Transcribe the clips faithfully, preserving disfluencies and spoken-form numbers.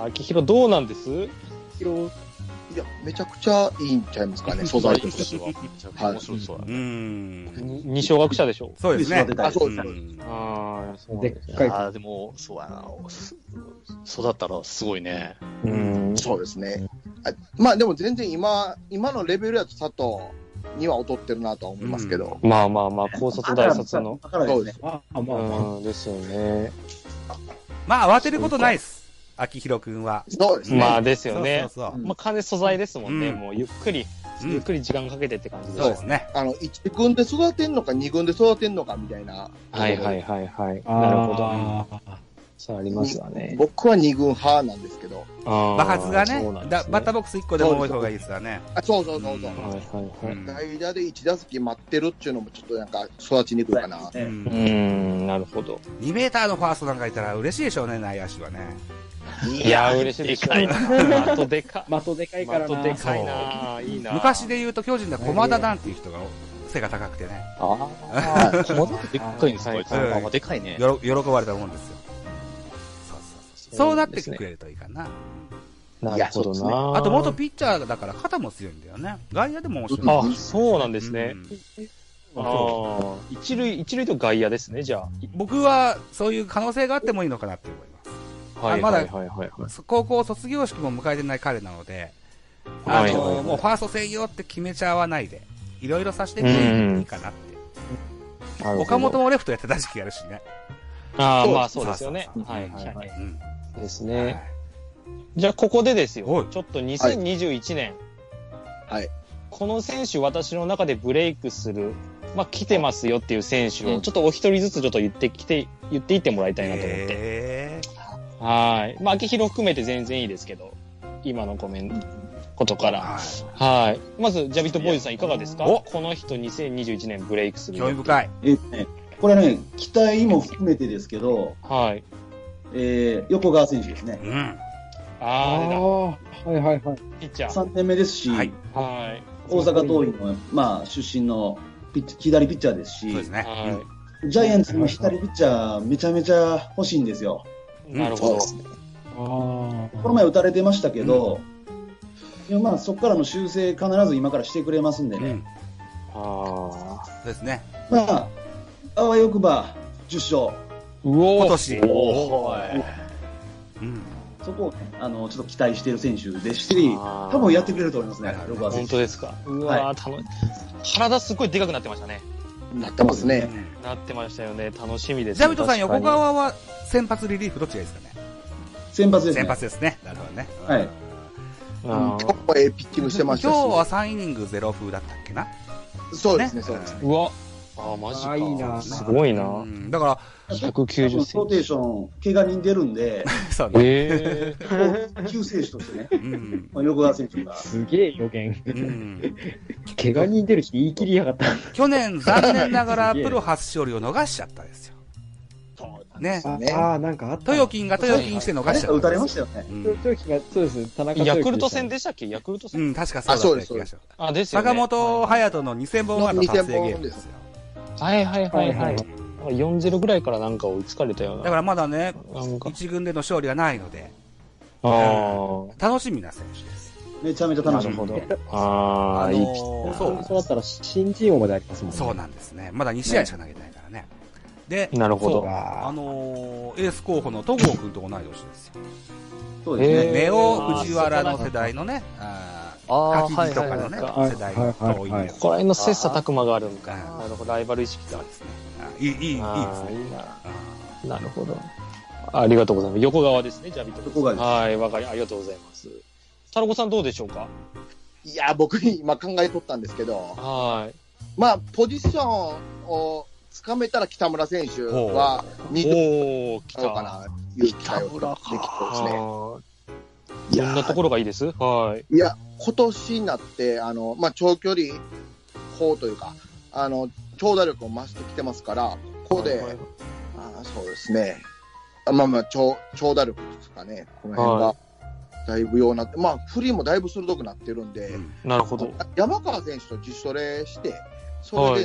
秋広どうなんです？ 広いや、めちゃくちゃいいんちゃいますかね、素材としては。 めちゃくちゃ面白そうだね。 うん。 二小学者でしょ？ そうですね。 あ、そうです。 ああ、そうでっかい。 ああ、でも、そうやな。育ったらすごいね。 うん。 そうですね。あまあでも全然今、今のレベルやと佐藤には劣ってるなとは思いますけど。 うん、まあまあまあ、高卒大卒の。 そうですね。 ああ、まあまあ。 ですよね。 まあ、慌てることないです。秋広くんは。 そうですね。 まあですよね。 そうそうそう。 まあ、金素材ですもんね。 うん、 もうゆっくり、ゆっくり時間かけてって感じです、 そうですね。 あの、いち軍で育てんのかに軍で育てんのかみたいな。 はいはいはいはい。なるほど。そうありますわね。 僕はに軍派なんですけど。 場数がね、 ねだバッターボックスいっこでも多い方がいいですよね。 あ、そうそうそうそう。 はいはいはい。 代打でいち打席待ってるっていうのもちょっとなんか育ちにくいかな。 うん、 うん、なるほど。 にメーターのファーストなんかいたら嬉しいでしょうね、内野手はね。 いや、嬉しいでしょ。的でかい。 的でかいからな。 的でかいな。いいな。 昔で言うと巨人で駒田なんていう人が背が高くてね。 ああ、駒田ってでっかいんですか、あ、でかいね。 よろ喜ばれたもんですよ。そうなってくれるといいかな。 なるほどな。 あと元ピッチャーだから肩も強いんだよね。外野でも面白い。 あ、そうなんですね。ああ、一塁、一塁と外野ですね、じゃあ。 僕はそういう可能性があってもいいのかなって思います。 はい、 まだはい高校卒業式も迎えてない彼なので、あの、もうファースト専用って決めちゃわないで、いろいろさせてみていいかなって。岡本もレフトやってた時期やるしね。 ああ、まあそうですよね。はいはいはい。ですね。じゃあここでですよ。ちょっとにせんにじゅういちねん。 はい。 この選手、私の中でブレイクする、まあ来てますよっていう選手を、ちょっとお一人ずつちょっと言ってきて、言っていってもらいたいなと思って。はい。まあ秋広含めて全然いいですけど、今のコメント、ことから。はい。まず、ジャビットボーイズさんいかがですか？この人にせんにじゅういちねんブレイクする。 興味深い。 えっとね、これね、期待も含めてですけど、 はい。 えー、横川選手ですね。 うん。 ああ、出た。 はいはいはい。 ピッチャー。 さんねんめですし、 はい。 はい。 大阪桐蔭の、まあ、出身のピッチ左ピッチャーですし、 そうですね。 はい。 ジャイアンツの左ピッチャー、めちゃめちゃ欲しいんですよ。 なるほど。 この前打たれてましたけど、うん、まあ、そこからの修正必ず今からしてくれますんでね。うん、 ああ。 そうですね。 まあ、あわよくばじゅっ勝。 うお今年。 おうん。そこをね、あの、ちょっと期待している選手でして、多分やってくれると思いますね、横川選手。 本当ですか。うわー、はい、楽体すごいでかくなってましたね。 なってますね。 なってましたよね。楽しみです。 ジャビットさん、横川は先発リリーフどっちがいいですかね？ 先発ですね。 先発ですね。なるほどね。 はい。 今日はええピッチングしてましたし。 今日はさんイニングゼロ風だったっけな？ そうですね、そうですね。 うわ。ああ、マジか。 いいな。 すごいな。 だから、 ひゃくきゅうじゅっセンチ。 ローテーション、怪我人出るんで、 そうね。 えー、救世主としてね、うん、横川選手が。 すげえ予言。うん、怪我人出るって言い切りやがった。 去年、残念ながらプロ初勝利を逃しちゃったですよ。ね。 ああ、なんかあった。 豊金が豊金して逃しちゃった。 打たれましたよね。 豊金が、そうです。田中ヤクルト戦でしたっけ？ヤクルト戦。 うん、確かそうだった気がします。 あ、ですよね。 坂本勇人のにせんぼん安打達成ゲームですよ。 はいはいはいはい。よんたいゼロぐらいからなんか追いつかれたような。 だからまだね、一軍での勝利がないので、 あ楽しみな選手です。 めちゃめちゃ楽しみ。 なるほど。ああ、いいピッチャー。そう。そうだったら新人王までありますもんね。 そうなんですね。まだに試合しか投げてないからね。で、 なるほど。 あのー、エース候補の戸郷君と同い年ですよ。 そうですね。 ネオ藤原の世代のね、ああ、柿木とかのね、世代の遠い。 ここら辺の切磋琢磨があるんか。なるほど、ライバル意識がですね。いい、いい、いいですね。 いいな。なるほど。ありがとうございます。横側ですね、ジャビット。 横側です。 はい、わかり、ありがとうございます。タロコさんどうでしょうか？ いや、僕今考えとったんですけど、 はい。 まあ、ポジションをつかめたら北村選手はにお来たかな、いう期待をできそうですね。 どんなところがいいです？はい。 いや、今年になって、あの、まあ、長距離砲というか、あの、長打力を増してきてますから、ここで、はいはい、あそうですね。まあまあ、長、長打力ですかね。この辺が、だいぶようなって、まあ、振りもだいぶ鋭くなってるんで、 うん、なるほど。 山川選手と自主トレして、それでな、はい、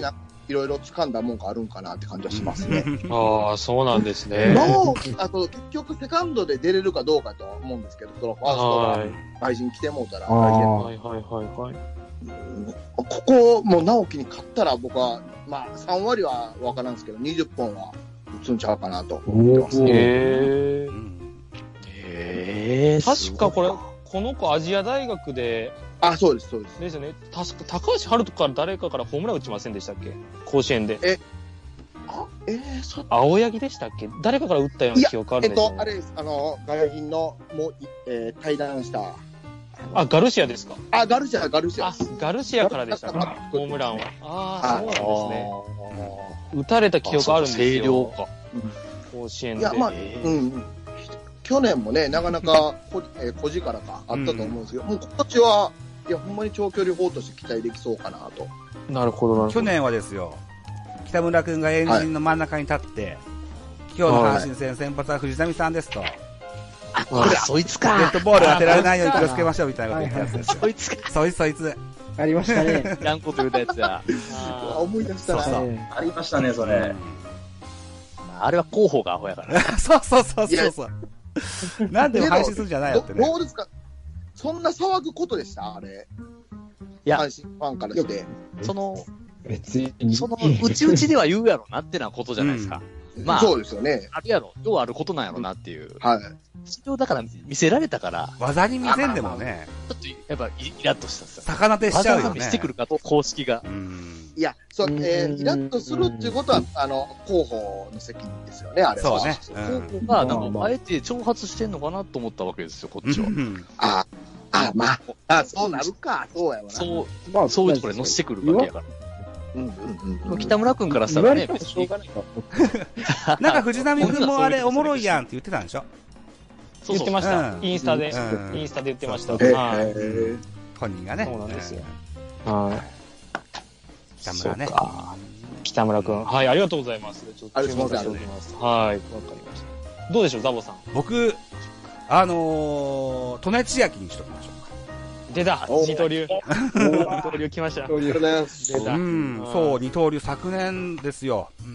いろいろ掴んだもんがあるんかなって感じはしますね。 ああ、そうなんですね。 もう、あと、結局、セカンドで出れるかどうかとは思うんですけど、そのファーストが外人来てもうたら、 はいはいはいはい。 ここ、もう直樹に勝ったら、僕は、まあ、さん割は分からんですけど、にじゅっぽんは打つんちゃうかなと思ってますね。 へえ。 確かこれ、この子、アジア大学で、 あ、そうです、そうです。 ですよね。確か、高橋遥人から誰かからホームラン打ちませんでしたっけ、甲子園で。 え、あ、えー、そ青柳でしたっけ、誰かから打ったような記憶あるんですよ、ね。 えっと、あれです、あの、外人の、もう、えー、対談した。 あ、ガルシアですか。 あ、ガルシア、ガルシア。 あ、ガルシアからでしたか、ホームランは。ああ、そうなんですね。打たれた記憶あるんですよ。 星稜か。 甲子園で。 いや、まあ、うん。去年もね、なかなかこ、えー、小力かあったと思うんですけど、うん、もう今年は、いや、ほんまに長距離砲として期待できそうかなと。 なるほど、なるほど。 去年はですよ、北村君がエンジンの真ん中に立って、はい、今日の阪神戦先発は藤浪さんですと。 あ、これ、そいつか。 デッドボール当てられないように気をつけましょうみたいなこと言ったやつですよ。 そいつか。 そいつそいつ。 ありましたね。 いらんこと言うたやつや。 思い出したら。 そうそう。ありましたね、それ。 あれは広報がアホやから。 そうそうそうそうそう。なんで配信するんじゃないよってね。 どうですか、そんな騒ぐことでしたあれ。 いや、 阪神ファンからして。 その、 別に。 その、うちうちでは言うやろなってなことじゃないですか。 うん、まあ、そうですよね。 あるやろ。要はあることなんやろなっていう。 はい。 それをだから見せられたから。 技に見せんでもね。 ちょっと、やっぱイラッとしたんですよ。 魚手しちゃうよね。 技が見せてくるかと、公式が。 いや、そう、えー、イラッとするっていうことは、あの、広報の責任ですよね、あれは。 そうね。 広報が、なんか、あえて挑発してんのかなと思ったわけですよ、こっちは。 ああ、まあ、あそうなるか、そうやわな。 そう、まあ、そういうところで乗せてくるわけやから。うんうんうん。北村君からしたらね、別に。 なんか藤浪君もあれ、おもろいやんって言ってたんでしょ？ 言ってました。インスタで、インスタで言ってました。 本人がね。 そうなんですよ。はい。 北村ね。 北村君。はい、ありがとうございます。 ちょっと注目しておきます。はい、わかりました。どうでしょう、ザボさん。 僕、あのー、利根千秋にしときましょうか。 出た二刀流。二刀流来ました。 二刀流出た。 うん、そう、二刀流昨年ですよ。うん、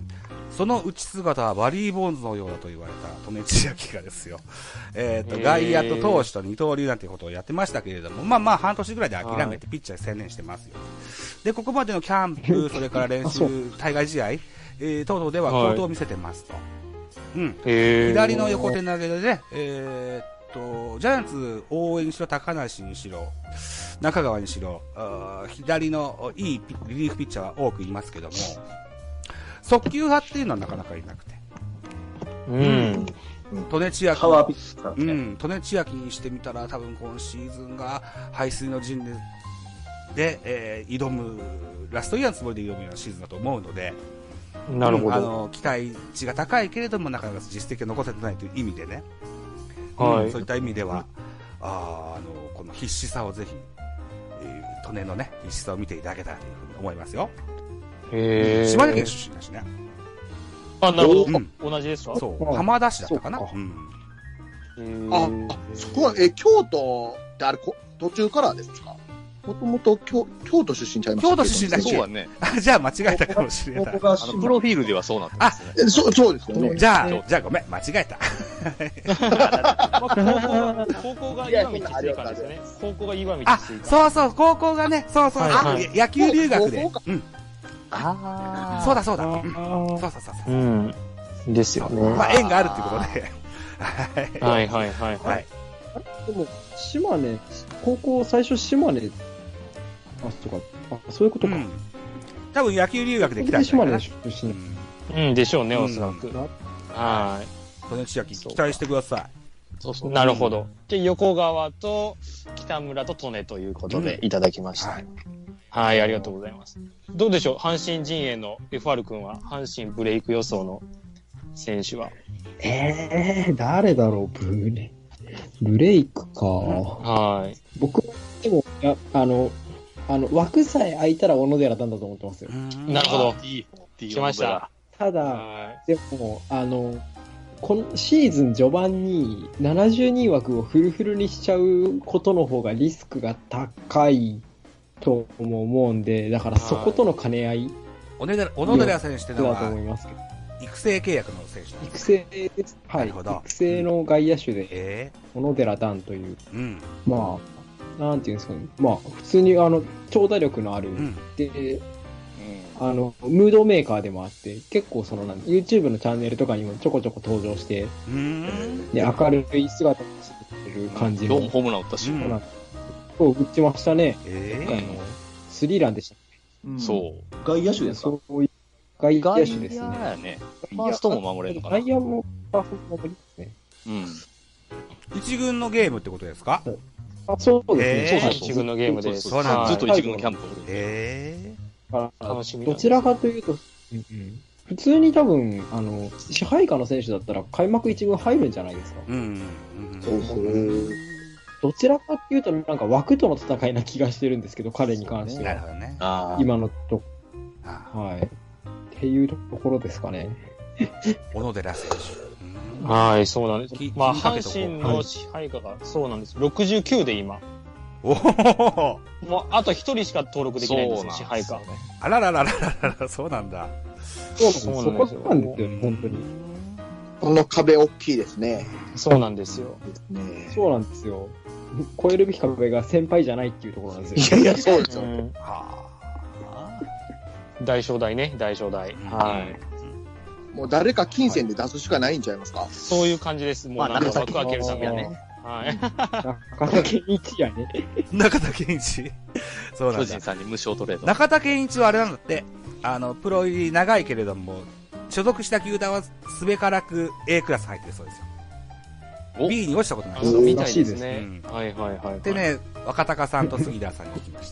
その打ち姿はバリー・ボーンズのようだと言われた利根千秋がですよ。えっと、外野と投手と二刀流なんてことをやってましたけれども、まあまあ半年ぐらいで諦めてピッチャーに専念してますよ。で、ここまでのキャンプ、それから練習、対外試合、えー、等々では好投を見せてますと。うん。左の横手投げでね、えージャイアンツ応援にしろ、高梨にしろ、中川にしろ、左のいいリリーフピッチャーは多くいますけども、速球派っていうのはなかなかいなくて。 うん。 利根千秋。 パワーピッチャー、ね。 うん。利根千秋にしてみたら、多分今シーズンが背水の陣で、で、えー、挑む、ラストイヤーのつもりで挑むようなシーズンだと思うので、 なるほど。 あの、期待値が高いけれども、なかなか実績を残せてないという意味でね。 はい、 うん、そういった意味では、ああのこの必死さをぜひ、えー、利根のね必死さを見ていただけたらというふうに思いますよ。 へえ。 島根県出身だしね。 あ、なるほど。うん、同じですか？ そう。浜田市だったかな。 うん、あ、そこはえ京都ってあれこ途中からですか？もともと京都出身ちゃいますか？ 京都出身だっけ？ そうはね。 じゃあ間違えたかもしれない。 あのプロフィールではそうなってますね。 あ、そうそうですよね。 じゃあじゃあごめん間違えた。 高校が岩見水館ですよね。高校が岩見水館。 あ、そうそう高校がね、そうそう。あ、野球留学で。うん。 ああ。 そうだそうだ。そうそうそうそう。 うん。ですよね。 まあ縁があるっていうことで。 はいはいはいはい。 でも島根高校最初島根。あ、そうか。あ、そういうことか。うん、 多分野球留学で来たんじゃないかな。島根出身。 うん、でしょうね、おそらく。はい。 利根千秋、期待してください。 そうそう。なるほど。で、横川と北村と利根ということでいただきました。うん、はい。はい、ありがとうございます。どうでしょう、阪神陣営の エフアール 君は、阪神ブレイク予想の選手は。 えー、誰だろう、ブレ、ブレイクか。 はい。 僕、でも、やあの、あの、枠さえ空いたら小野寺なんだと思ってますよ。 なるほど。来ました。 ただ、でも、あの、このシーズン序盤にななじゅうにん枠をフルフルにしちゃうことの方がリスクが高いとも思うんで、だからそことの兼ね合い。 小野寺、小野寺選手ってのは、 だと思いますけど。 育成契約の選手育成です。はい。育成の外野手で、 えー、小野寺段という、 うん、 まあ、なんていうんですかね。まあ、普通にあの、長打力のある、うん、で、あの、ムードメーカーでもあって、結構そのなん、YouTube のチャンネルとかにもちょこちょこ登場して、 うん、 で、明るい姿をしてる感じの。 今日もホームラン打ったし。 そう、打ちましたね。 えー、 あの、スリーランでしたっけ、うん、そう。 外野手ですか？ そういう外野手ですね。 外野やね。ファーストも守れるのかな。 外野もファーストも守りですね。 うん。 一軍のゲームってことですか？ あ、そうですね。 そうそうそう。一軍のゲームです。 そうなんずっと一軍のキャンプ。 えー、楽しみ。どちらかというと、うんうん、普通に多分、あの、支配下の選手だったら開幕一軍入るんじゃないですか。 うん。 うん、そうそう。どちらかっていうと、なんか枠との戦いな気がしてるんですけど、彼に関しては。 なるほどね。 今のと、はい。っていうところですかね。 小野寺選手。はい、そうなんです。まあ、阪神の支配下が、そうなんです。ろくじゅうきゅうで今。 おお。 もう、あと一人しか登録できないんですよ、支配下。 あらららららら、そうなんだ。 そうなんですよ。そこなんですよ、本当に。 この壁大きいですね。 そうなんですよ。 そうなんですよ。超えるべき壁が先輩じゃないっていうところなんですよ。 いやいや、そうですよ。 はあ。大正大ね、大正大。はい。 もう誰か金銭で出すしかないんちゃいますか？ そういう感じです。もうなんか枠開けるためにね。はい。 中田健一やね。 中田健一。そうなんだ。 巨人さんに無償トレード。 中田健一はあれなんだって、あの、プロ入り長いけれども、所属した球団はすべからく A クラス入ってるそうですよ。B に落ちたことないですみたいですね。うん、はいはいはい。 でね、若隆さんと杉田さんに聞きました。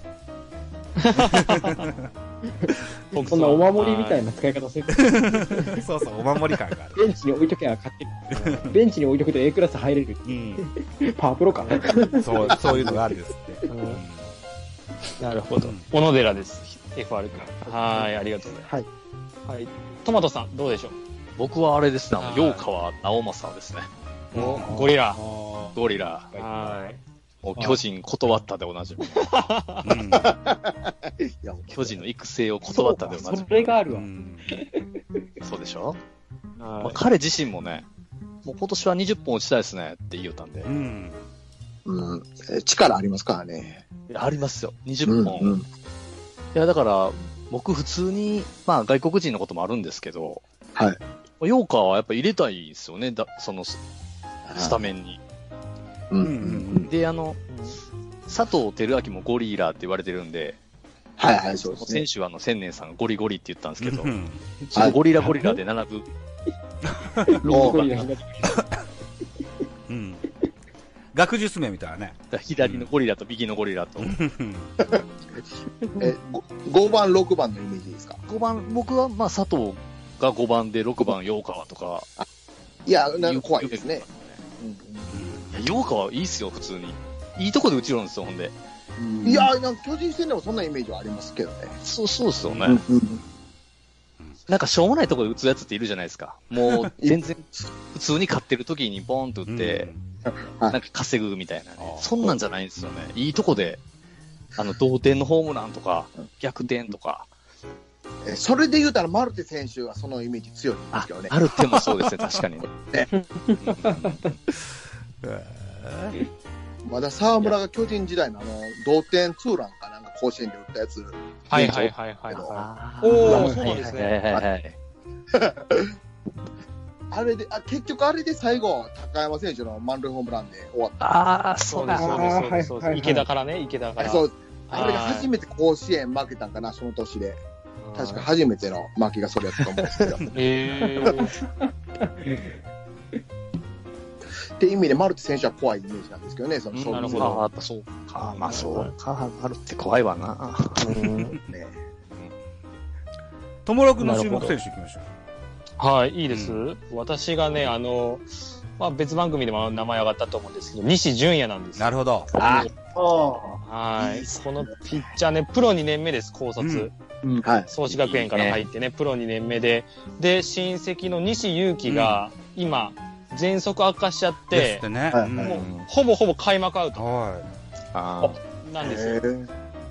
そんなお守りみたいな使い方する。 そうそう、お守り感がある。 ベンチに置いとけば勝ってる。ベンチに置いとくと A クラス入れる。うん、パワープロか。 そう、そういうのがあるんですって。うん、 なるほど。小野寺です。エフアール 君。はい、ありがとうございます。はい。はい。トマトさん、どうでしょう？ 僕はあれですね、あの、陽川直政ですね。 ゴリラ。 ゴリラ。 はい。 もう巨人断ったでおなじみ。うん、巨人の育成を断ったでおなじみ。 それがあるわ。 うん、そうでしょ？まあ、彼自身もね、もう今年はにじゅっぽん打ちたいですねって言うたんで。 うん。 うん。力ありますからね。 ありますよ。にじゅっぽん。うんうん、いや、だから、僕普通に、まあ外国人のこともあるんですけど、 はい。 陽川はやっぱ入れたいですよね、だそのスタメンに。 うんうんうん、 で、あの、佐藤輝明もゴリラって言われてるんで、 はいはい、そうですね。 選手はあの千年さんゴリゴリって言ったんですけど、うん、ちょっとゴリラゴリラで並ぶ。 ローが。 うん。学術名みたいなね。 左のゴリラと右のゴリラと。 え、ごばん、ろくばんのイメージですか？ ごばん、僕はまあ佐藤がごばんでろくばん陽川とか。 いや、なんか怖いですね。 陽川いいっすよ、普通に。いいとこで打ちるんですよ、ほんで。 いや、なんか巨人戦でもそんなイメージはありますけどね。 そう、そうですよね。うんうん、なんかしょうもないとこで打つやつっているじゃないですか。もう全然普通に勝ってる時にボーンと打って、うん、なんか稼ぐみたいなね。そんなんじゃないんですよね。いいとこで、あの、同点のホームランとか、逆転とか。 えそれで言うたらマルテ選手はそのイメージ強いんですけどね。 マルテもそうですね、確かにね。 まだ沢村が巨人時代のあの同点ツーランかなんか甲子園で打ったやつ。 はいはいはいはいはい。おお、そうなんですね。はいはいはい。 あれであ結局あれで最後高山選手の満塁ホームランで終わった。 ああ、そうですそうですそうです。池田からね、池田から。 そう。あれが初めて甲子園負けたんかな、その年で。確か初めての負けがそれやったと思うんですけど。 えーっていう意味でマルテ選手は怖いイメージなんですけどね、そのなるほど。やっぱそうか。まあそうか。マルテ怖いわな。 ね。友楽の注目選手いきましょう。はい、いいです。うん、私がね、あの、まあ別番組でも名前上がったと思うんですけど、西純也なんです。 なるほど。 あはい。このピッチャーね、プロにねんめです、高卒。 うん、はい。 創志学園から入ってね、いいねプロにねんめで。で、親戚の西勇輝が、今、喘息悪化しちゃって、 ね、 もうほぼほぼ開幕アウト、 はい、 あなんですよ。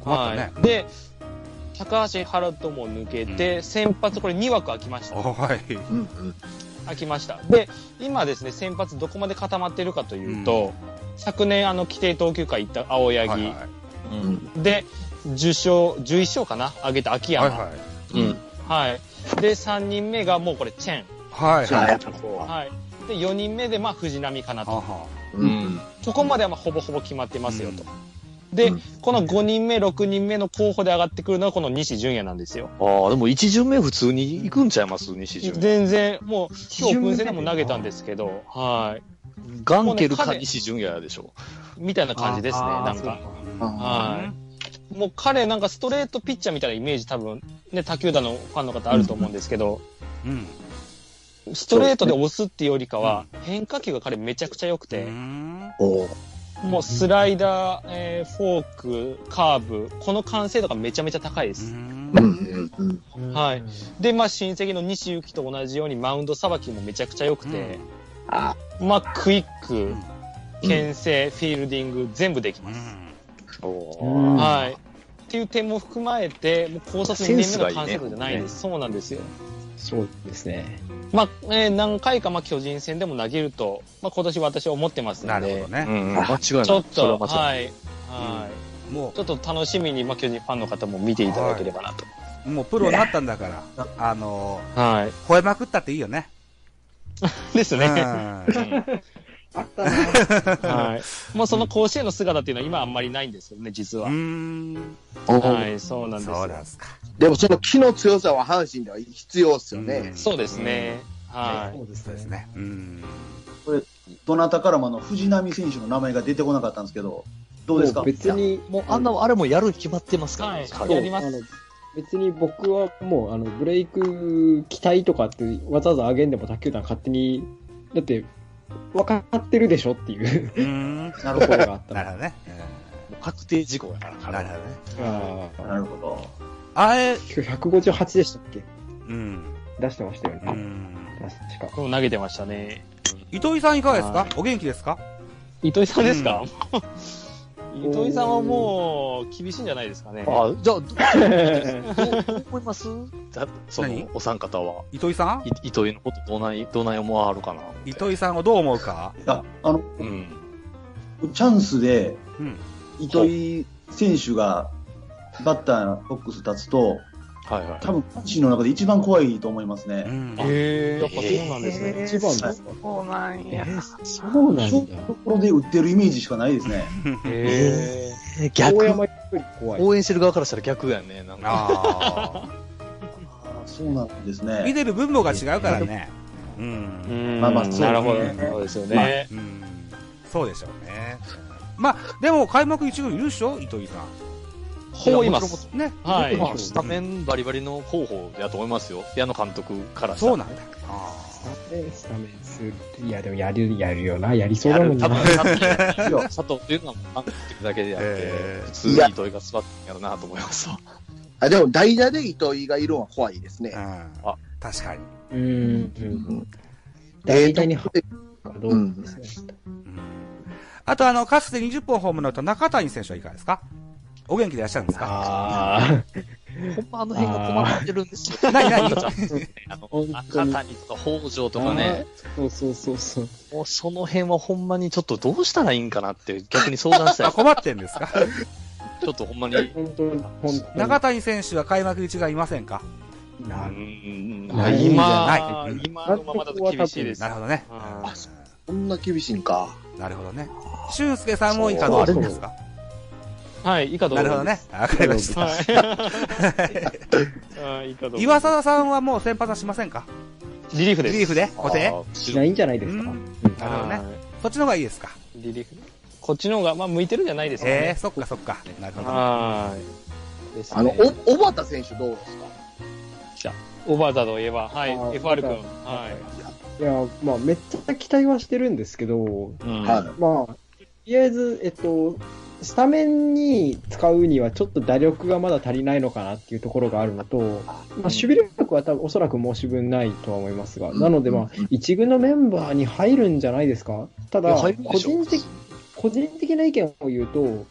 困ったね。 はい、で、高橋遥人も抜けて、うん、先発これに枠空きました。 はい。 うんうん、空きました。で、今ですね、先発どこまで固まってるかというと、うん、昨年あの規定投球回行った青柳、はいはいうん、で、じゅっしょう、じゅういっしょうかな上げた秋山。はいはい。うん。はい。で、さんにんめがもうこれチェン。 はい。はい。 はい。で、よにんめでまあ藤波かなと。うん。ここまではまあほぼほぼ決まってますよと。うん、で、うん、このごにんめ、ろくにんめの候補で上がってくるのはこの西純也なんですよ。 ああ、でもいち巡目普通に行くんちゃいます西純也。 全然、もう今日オープン戦でも投げたんですけど、はい。 ガンケルか西純也でしょ。 みたいな感じですね、なんか。はい。もう彼なんかストレートピッチャーみたいなイメージ多分ね、他球団のファンの方あると思うんですけど、うん。ストレートで押すっていうよりかは、変化球が彼めちゃくちゃ良くて、うん、もうスライダー、えー、フォーク、カーブ、この完成度がめちゃめちゃ高いです。うんはい。で、まあ親戚の西行と同じようにマウンドさばきもめちゃくちゃ良くて、うん、まあクイック、牽制、フィールディング全部できます。うんはい。っていう点も含まれて、もう高卒にねんめの完成度じゃないです。そうなんですよ。 そうですね。 まあ、えー、何回かまあ巨人戦でも投げると、まあ今年私は思ってますので。 なるほどね。 うん、間違いない。ちょっと、はい。はい。うん、もう、ちょっと楽しみに、まあ巨人ファンの方も見ていただければなと。 はい、もうプロになったんだから、あのー、はい。吠えまくったっていいよね。 ですね。うんあったなはい。もうその甲子園の姿っていうのは今あんまりないんですよね、実は。うーん。はい、そうなんですよ。そうですか。 でもその気の強さは阪神では必要ですよね。 うそうですね。はい。 そうですね。うん。 これ、どなたからもあの、藤浪選手の名前が出てこなかったんですけど、どうですか？ 別に、もうあんな、あれもやる決まってますからね。 はい、やります。 別に僕はもう、あの、ブレイク期待とかってわざわざ上げんでも他球団勝手に、だって、分かってるでしょっていう、うん、なるほどがあった。 なるほどね。 もう確定事項やから。 なるほどね。 あなるほど。 あれ、 今日ひゃくごじゅうはちでしたっけ？ うん。 出してましたよね。うん。 確か。投げてましたね。 糸井さんいかがですか？お元気ですか？ 糸井さんですか？うん、糸井さんはもう厳しいんじゃないですかね。 あ、じゃあ、どう思いますそのお三方は。 糸井さん糸井のことどうない、どうない思わはるかな。 糸井さんをどう思うかあ、あの、うん、チャンスで、うん、糸井選手がバッターボックス立つと、はいはい、多分、阪神の中で一番怖いと思いますね。 うん、へぇー、やっぱそうなんですね。 えー、一番ですか？ そうなんや。 そうなんや。 そういうところで売ってるイメージしかないですね。 へぇー。逆。応援してる側からしたら逆やね。なんかあそうなんですね。 見てる分母が違うからね。うん。 まあまあ、なるほど。そうですよね。 まあ、うん。そうでしょうね。まあ、でも開幕一軍いるでしょ糸井さん。 ほういます。 ね。はい。スタメンバリバリの候補だと思いますよ。矢野監督からしたら。そうなんだ。 ああ。スタメンする。いや、でもやる、やるよな。やりそうだもんな。 多分、佐藤っていうのは考えてるだけであって、普通に糸井が座ってやるなと思いますわ。 あ、でも代打で糸井がいるのは怖いですね。 あ、確かに。 うん。うん。代打に入るかどうですね。 あと、あの、かつてにじゅっぽんホームランの中谷選手はいかがですか？お元気でいらっしゃるんですか？ ああ。ほんまあの辺が困ってるんですよ。 何何あの、中谷とか北条とかね。 そうそうそうそう。 もうその辺はほんまにちょっとどうしたらいいんかなって逆に相談したい。 困ってんですか？ ちょっとほんまに。 本当に、本当に。 中谷選手は開幕一がいませんか？ ないんじゃない。今、今のままだと厳しいです。 なるほどね。 そんな厳しいんか。 なるほどね。俊介さんもいかどうですか？ はい、いいかどうぞ。 なるほどね。わかりました。岩貞さんはもう先発はしませんか？ リリーフです。 リリーフで固定しないんじゃないですか。なるほどね。そっちの方がいいですか？ リリーフ。こっちの方が、まあ、向いてるんじゃないですかね。 えー、そっかそっか。なるほど。 はい。あの、お、小畑選手どうですか？ じゃあ、小畑といえば、はい、エフアール 君。はい。 いや、まあ、めっちゃ期待はしてるんですけど、うん、まあ、とりあえず、えっと、スタメンに使うにはちょっと打力がまだ足りないのかなっていうところがあるのと、まあ、守備力は多分おそらく申し分ないとは思いますが、なのでまあ、一軍のメンバーに入るんじゃないですか？ただ、個人的、個人的な意見を言うと、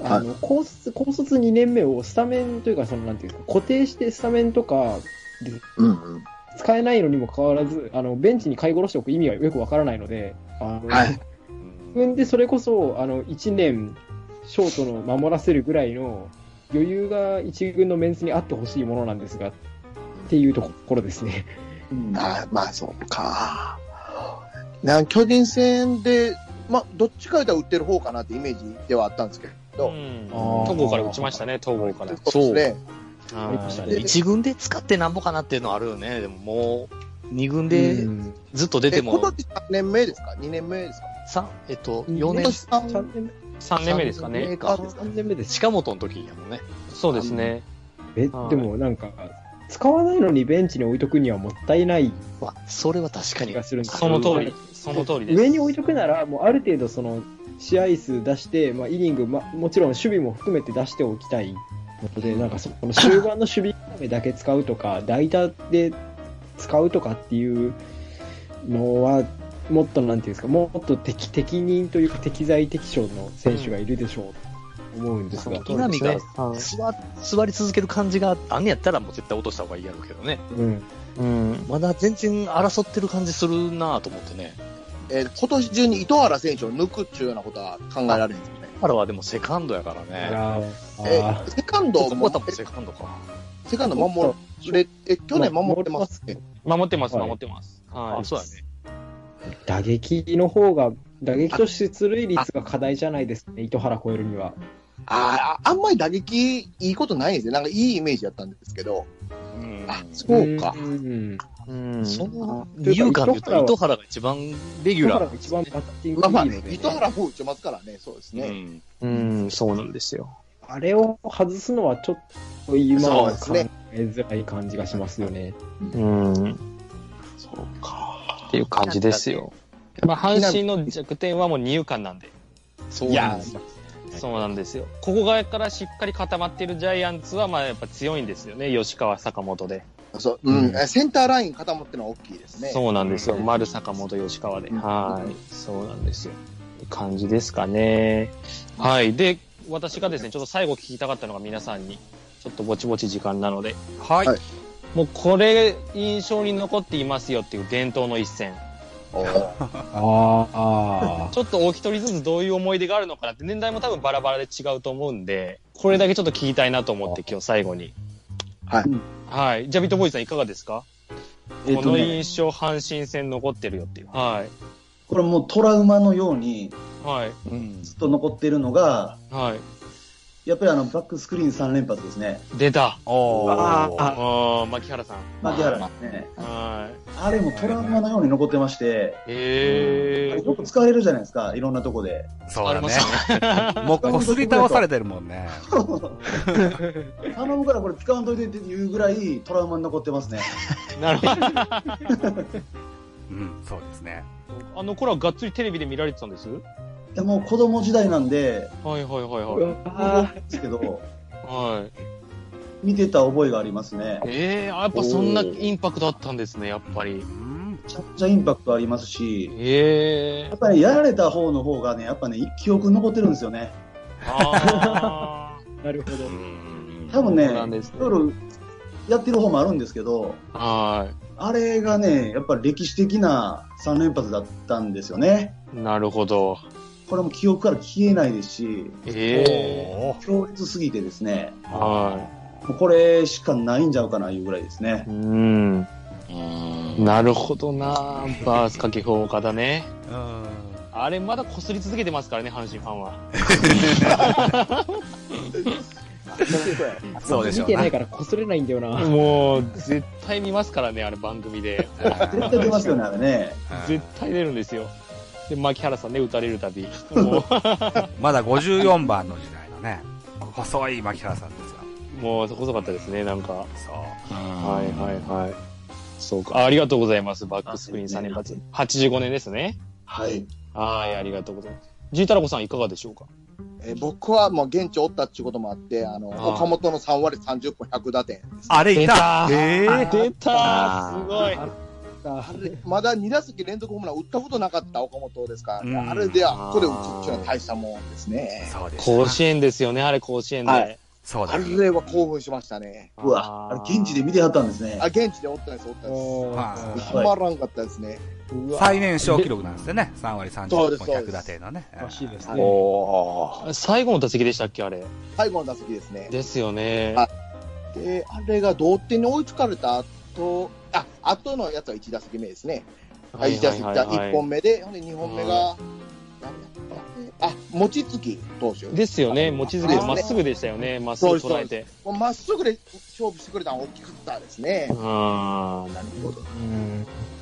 あの、高卒、高卒にねんめをスタメンというか、その、なんていうか、固定してスタメンとかで、うんうん、使えないのにもかかわらず、あの、ベンチに買い殺しておく意味はよくわからないので、あの、はい。自分でそれこそ、あの、いちねん、ショートの守らせるぐらいの余裕が一軍のメンツにあってほしいものなんですが、っていうところですね。 うん、あまあ、そうか。な巨人戦で、まあ、どっちか言ったら打ってる方かなってイメージではあったんですけど。うん、 戸郷から打ちましたね、戸郷から。 そうですね。一軍で使ってなんぼかなっていうのはあるよね。でももう、二軍でずっと出ても。 今年さんねんめですか ?に 年目ですか三えっと、よねん。 さんねんめ。さんねんめですかね。 さんねんめです。近本の時やもんね。 そうですね。 え、でもなんか、使わないのにベンチに置いとくにはもったいないわ。それは確かに。 がするんですその通り。その通りです。 上に置いとくなら、もうある程度その、試合数出して、まあ、イニング、ま、もちろん守備も含めて出しておきたいので、なんかその終盤の守備固めだけ使うとか、代打で使うとかっていうのは、もっとなんていうんですか、もっと適、適任というか適材適所の選手がいるでしょうと思うんですが。 稲見が座、座り続ける感じがあんねやったらもう絶対落とした方がいいやろうけどね。うん。うん。まだ全然争ってる感じするなぁと思ってね。 えー、今年中に糸原選手を抜くっていうようなことは考えられるんですよね。 糸原はでもセカンドやからね。 えー、セカンドもセカンドか。 セカンド守れ、え、去年守ってますね。 守ってます、守ってます。はい。 あ、そうだね。 打撃の方が、打撃と出塁率が課題じゃないですね、糸原超えるには。 ああ、あんまり打撃いいことないんですよ。なんかいいイメージだったんですけど。うん、あ、そうか。うん。 うん、その二遊間で言うと糸原が一番レギュラー。糸原が一番バッティングがいいので、ね。まあまあ、糸原も打ちますからね、そうですね。 うん、うん、そうなんですよ。 あれを外すのはちょっと今は考えづらい感じがしますよね。 うん。そうか。っていう感じですよ。まあ、阪神の弱点はもう二遊間なんで。 そうなんですよ。 そうなんですよ。ここ側からしっかり固まってるジャイアンツは、まあやっぱ強いんですよね。吉川、坂本で。 そう、うん、うん、センターライン固まってるのは大きいですね。 そうなんですよ。うん、丸、坂本、吉川で。うん、はい。そうなんですよ。感じですかね。はい。で、私がですね、ちょっと最後聞きたかったのが皆さんに、ちょっとぼちぼち時間なので。 はい。はい、 もうこれ印象に残っていますよっていう伝統の一戦。ああ。ちょっとお一人ずつどういう思い出があるのかなって、年代も多分バラバラで違うと思うんで、これだけちょっと聞きたいなと思って今日最後に。 はい。 はい。じゃあビットボーイさんいかがですか？えーとね、この印象阪神戦残ってるよっていう。はい。 これもうトラウマのように、 はい。 ずっと残っているのが、 はい。 やっぱりあの、バックスクリーンさん連発ですね。 出た。 おー。 ああ、牧原さん。 牧原さんね。 はい。 あれもトラウマのように残ってまして、 へえ。 よく使われるじゃないですか、いろんなとこで。 そうだね。もうこすり倒されてるもんね。 頼むからこれ使わんといてっていうぐらいトラウマに残ってますね。 なるほど。 うん、そうですね。 あの頃はがっつりテレビで見られてたんです？ いやもう子供時代なんで、 はいはいはいはい。 ですけど、 はい。 見てた覚えがありますね。 ええー、やっぱそんなインパクトあったんですね、やっぱり。めちゃくちゃインパクトありますし、 ええー。 やっぱり、ね、やられた方の方がね、やっぱね、記憶に残ってるんですよね。 ああ、なるほど。 多分ね、いろいろやってる方もあるんですけど、 はい。 あれがね、やっぱり歴史的なさん連発だったんですよね。 なるほど。 これも記憶から消えないですし、 ええー、強烈すぎてですね、 はい。 これしかないんちゃうかないうぐらいですね。 うん。なるほどなバース掛布岡田ね。うん。あれまだ擦り続けてますからね、阪神ファンは。 そうでしょう。見てないから擦れないんだよな。 もう、絶対見ますからね、あれ番組で。 絶対出ますよね、あれね。 絶対出るんですよ。で、牧原さんね、打たれるたび。 まだごじゅうよんばんの時代のね、細い牧原さんですよ。 もう、細かったですね、なんか。そう。はいはいはい。そうか。あ、ありがとうございます。バックスクリーンさん連発。はちじゅうごねんですね。 はい。 はい、ありがとうございます。ジータラコさんいかがでしょうか？ えー、僕はもう現地おったっていうこともあって、あの、岡本のさんわりさんじゅっぽんひゃく打点です、ね。 あれいたえー、出たすごい。 あれまだに打席連続ホームラン打ったことなかった岡本ですからね。あれで、これ打つっていうのは大したもんですね。 そうです。甲子園ですよね、あれ甲子園で。はい、 そうだ、ね。あれは興奮しましたね。 うわ、あれ現地で見てはったんですね。 あ、現地でおったんです、おったんです。たまらんかったですね。 最年少記録なんですよね。さんわりさんじゅっぽんひゃく打点のね。 らしいですね。 最後の打席でしたっけ、あれ。 最後の打席ですね。 ですよね。 で、あれが同点に追いつかれた後、あ、後のやつはいち打席目ですね。いち打席、いっぽんめで、ほんでにほんめが、あ、望月投手。 ですよね、望月まっすぐでしたよね、まっすぐ捉えて。 まっすぐで勝負してくれたのは大きかったですね。 ああ、なるほど。